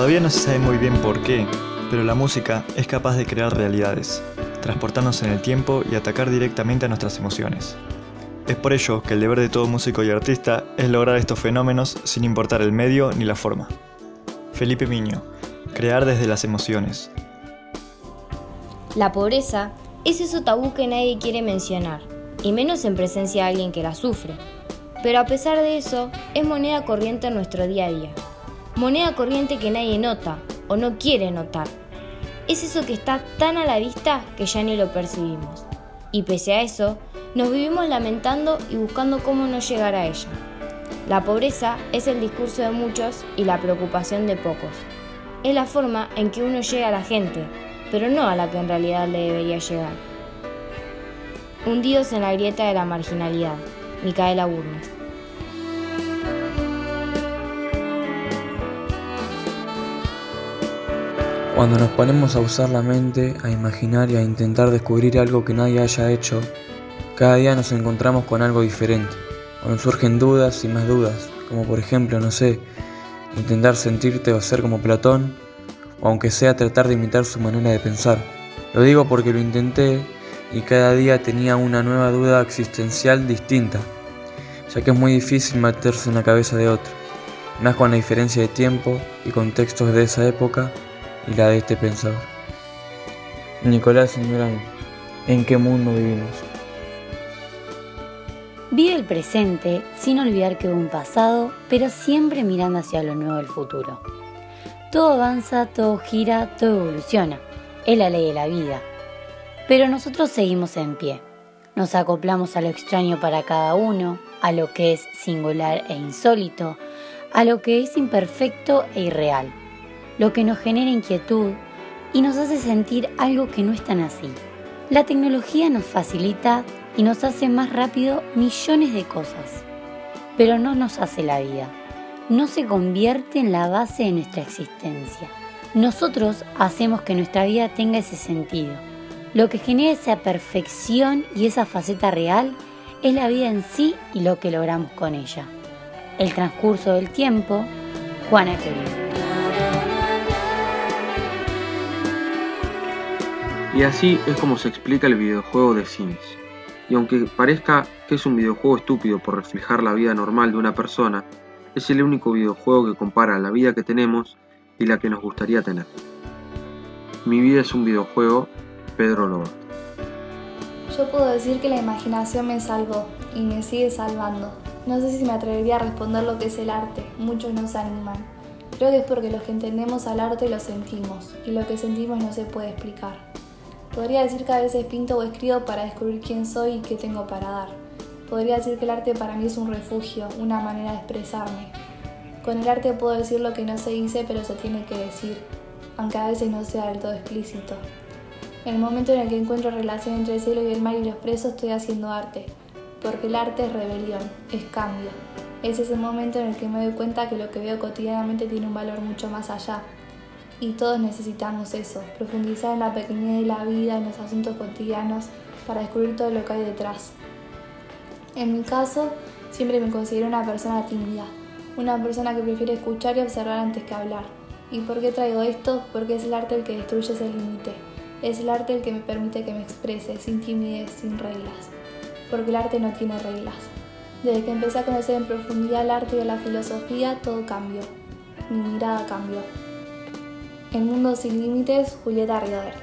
Todavía no se sabe muy bien por qué, pero la música es capaz de crear realidades, transportarnos en el tiempo y atacar directamente a nuestras emociones. Es por ello que el deber de todo músico y artista es lograr estos fenómenos sin importar el medio ni la forma. Felipe Miño, crear desde las emociones. La pobreza es eso tabú que nadie quiere mencionar, y menos en presencia de alguien que la sufre. Pero a pesar de eso, es moneda corriente en nuestro día a día. Moneda corriente que nadie nota o no quiere notar. Es eso que está tan a la vista que ya ni lo percibimos. Y pese a eso, nos vivimos lamentando y buscando cómo no llegar a ella. La pobreza es el discurso de muchos y la preocupación de pocos. Es la forma en que uno llega a la gente, pero no a la que en realidad le debería llegar. Hundidos en la grieta de la marginalidad. Micaela Burnes. Cuando nos ponemos a usar la mente, a imaginar y a intentar descubrir algo que nadie haya hecho, cada día nos encontramos con algo diferente, o nos surgen dudas y más dudas, como por ejemplo, intentar sentirte o ser como Platón, o aunque sea tratar de imitar su manera de pensar. Lo digo porque lo intenté y cada día tenía una nueva duda existencial distinta, ya que es muy difícil meterse en la cabeza de otro, más con la diferencia de tiempo y contextos de esa época y la de este pensador. Nicolás Ingrán, ¿en qué mundo vivimos? Vive el presente sin olvidar que hubo un pasado, pero siempre mirando hacia lo nuevo del futuro. Todo avanza, todo gira, todo evoluciona. Es la ley de la vida. Pero nosotros seguimos en pie. Nos acoplamos a lo extraño para cada uno, a lo que es singular e insólito, a lo que es imperfecto e irreal, lo que nos genera inquietud y nos hace sentir algo que no es tan así. La tecnología nos facilita y nos hace más rápido millones de cosas, pero no nos hace la vida, no se convierte en la base de nuestra existencia. Nosotros hacemos que nuestra vida tenga ese sentido. Lo que genera esa perfección y esa faceta real es la vida en sí y lo que logramos con ella. El transcurso del tiempo, Juana Querida. Y así es como se explica el videojuego de Sims. Y aunque parezca que es un videojuego estúpido por reflejar la vida normal de una persona, es el único videojuego que compara la vida que tenemos y la que nos gustaría tener. Mi vida es un videojuego, Pedro Loba. Yo puedo decir que la imaginación me salvó y me sigue salvando. No sé si me atrevería a responder lo que es el arte, muchos no se animan. Creo que es porque los que entendemos al arte lo sentimos, y lo que sentimos no se puede explicar. Podría decir que a veces pinto o escribo para descubrir quién soy y qué tengo para dar. Podría decir que el arte para mí es un refugio, una manera de expresarme. Con el arte puedo decir lo que no se dice pero se tiene que decir, aunque a veces no sea del todo explícito. En el momento en el que encuentro relación entre el cielo y el mar y lo expreso, estoy haciendo arte, porque el arte es rebelión, es cambio. Es ese momento en el que me doy cuenta que lo que veo cotidianamente tiene un valor mucho más allá. Y todos necesitamos eso, profundizar en la pequeñez de la vida, en los asuntos cotidianos, para descubrir todo lo que hay detrás. En mi caso, siempre me considero una persona tímida, una persona que prefiere escuchar y observar antes que hablar. ¿Y por qué traigo esto? Porque es el arte el que destruye ese límite. Es el arte el que me permite que me exprese, sin timidez, sin reglas. Porque el arte no tiene reglas. Desde que empecé a conocer en profundidad el arte y la filosofía, todo cambió. Mi mirada cambió. En Mundo Sin Límites, Julieta Riodert.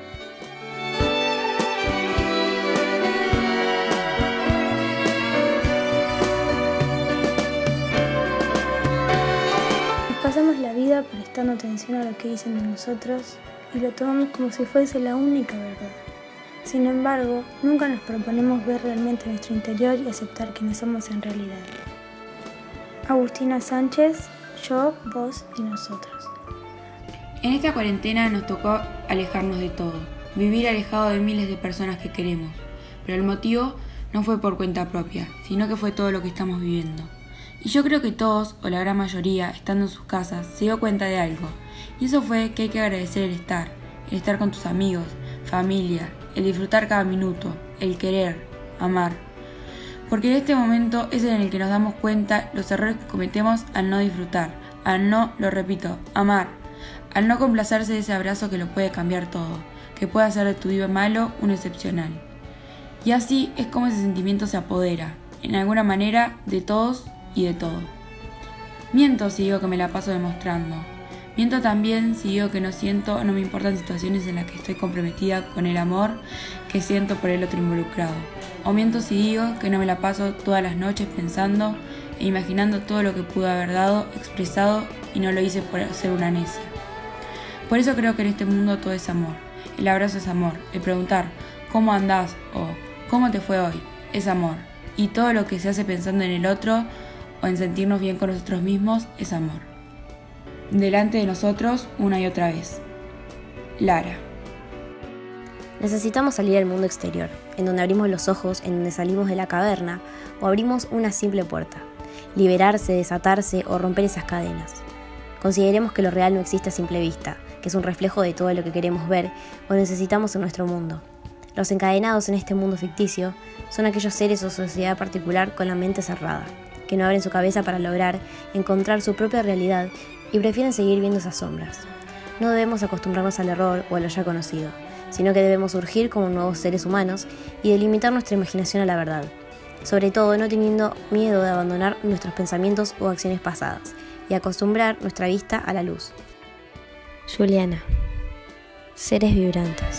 Pasamos la vida prestando atención a lo que dicen de nosotros y lo tomamos como si fuese la única verdad. Sin embargo, nunca nos proponemos ver realmente nuestro interior y aceptar quienes somos en realidad. Agustina Sánchez, yo, vos y nosotros. En esta cuarentena nos tocó alejarnos de todo, vivir alejado de miles de personas que queremos, pero el motivo no fue por cuenta propia, sino que fue todo lo que estamos viviendo. Y yo creo que todos, o la gran mayoría, estando en sus casas, se dio cuenta de algo, y eso fue que hay que agradecer el estar con tus amigos, familia, el disfrutar cada minuto, el querer, amar. Porque en este momento es en el que nos damos cuenta los errores que cometemos al no disfrutar, al no, lo repito, amar. al no complacerse de ese abrazo que lo puede cambiar todo, que puede hacer de tu día malo uno excepcional. Y así es como ese sentimiento se apodera, en alguna manera, de todos y de todo. Miento si digo que me la paso demostrando. Miento también si digo que no siento o no me importan situaciones en las que estoy comprometida con el amor que siento por el otro involucrado. O miento si digo que no me la paso todas las noches pensando e imaginando todo lo que pude haber dado, expresado y no lo hice por ser una necia. Por eso creo que en este mundo todo es amor. El abrazo es amor. El preguntar ¿cómo andás? O ¿cómo te fue hoy? Es amor. Y todo lo que se hace pensando en el otro o en sentirnos bien con nosotros mismos es amor. Delante de nosotros una y otra vez. Lara. Necesitamos salir al mundo exterior, en donde abrimos los ojos, en donde salimos de la caverna o abrimos una simple puerta. Liberarse, desatarse o romper esas cadenas. Consideremos que lo real no existe a simple vista, que es un reflejo de todo lo que queremos ver o necesitamos en nuestro mundo. Los encadenados en este mundo ficticio son aquellos seres o sociedad particular con la mente cerrada, que no abren su cabeza para lograr encontrar su propia realidad y prefieren seguir viendo esas sombras. No debemos acostumbrarnos al error o a lo ya conocido, sino que debemos surgir como nuevos seres humanos y delimitar nuestra imaginación a la verdad, sobre todo no teniendo miedo de abandonar nuestros pensamientos o acciones pasadas y acostumbrar nuestra vista a la luz. Juliana. Seres vibrantes.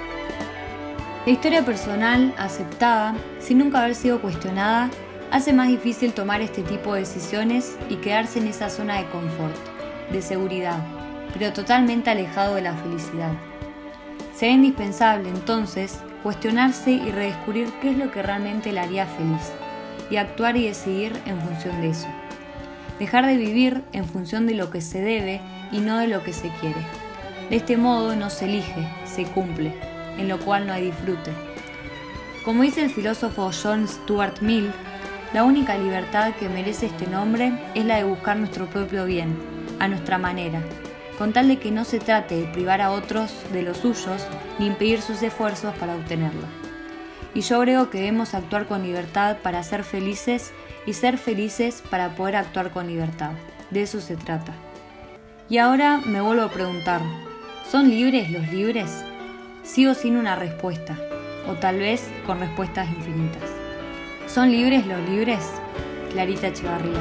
La historia personal, aceptada, sin nunca haber sido cuestionada, hace más difícil tomar este tipo de decisiones y quedarse en esa zona de confort, de seguridad, pero totalmente alejado de la felicidad. Será indispensable, entonces, cuestionarse y redescubrir qué es lo que realmente la haría feliz, y actuar y decidir en función de eso. Dejar de vivir en función de lo que se debe y no de lo que se quiere. De este modo no se elige, se cumple, en lo cual no hay disfrute. Como dice el filósofo John Stuart Mill, la única libertad que merece este nombre es la de buscar nuestro propio bien, a nuestra manera, con tal de que no se trate de privar a otros de los suyos ni impedir sus esfuerzos para obtenerlo. Y yo creo que debemos actuar con libertad para ser felices y ser felices para poder actuar con libertad. De eso se trata. Y ahora me vuelvo a preguntar, ¿son libres los libres? Sigo sin una respuesta, o tal vez con respuestas infinitas. ¿Son libres los libres? Clarita Echevarría.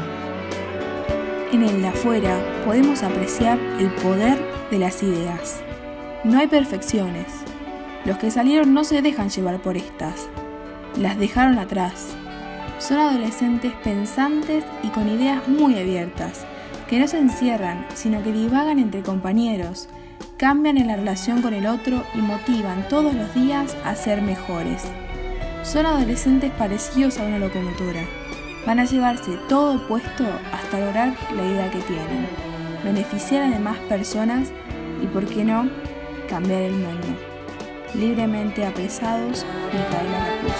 En el de afuera podemos apreciar el poder de las ideas. No hay perfecciones. Los que salieron no se dejan llevar por estas. Las dejaron atrás. Son adolescentes pensantes y con ideas muy abiertas, que no se encierran, sino que divagan entre compañeros, cambian en la relación con el otro y motivan todos los días a ser mejores. Son adolescentes parecidos a una locomotora. Van a llevarse todo puesto hasta lograr la idea que tienen, beneficiar a demás personas y, por qué no, cambiar el mundo. Libremente apresados, Micaela Rapuz.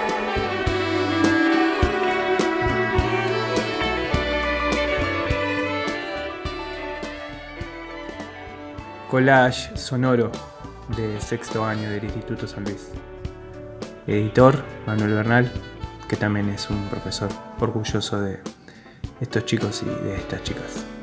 Collage sonoro de sexto año del Instituto San Luis. Editor Manuel Bernal, que también es un profesor orgulloso de estos chicos y de estas chicas.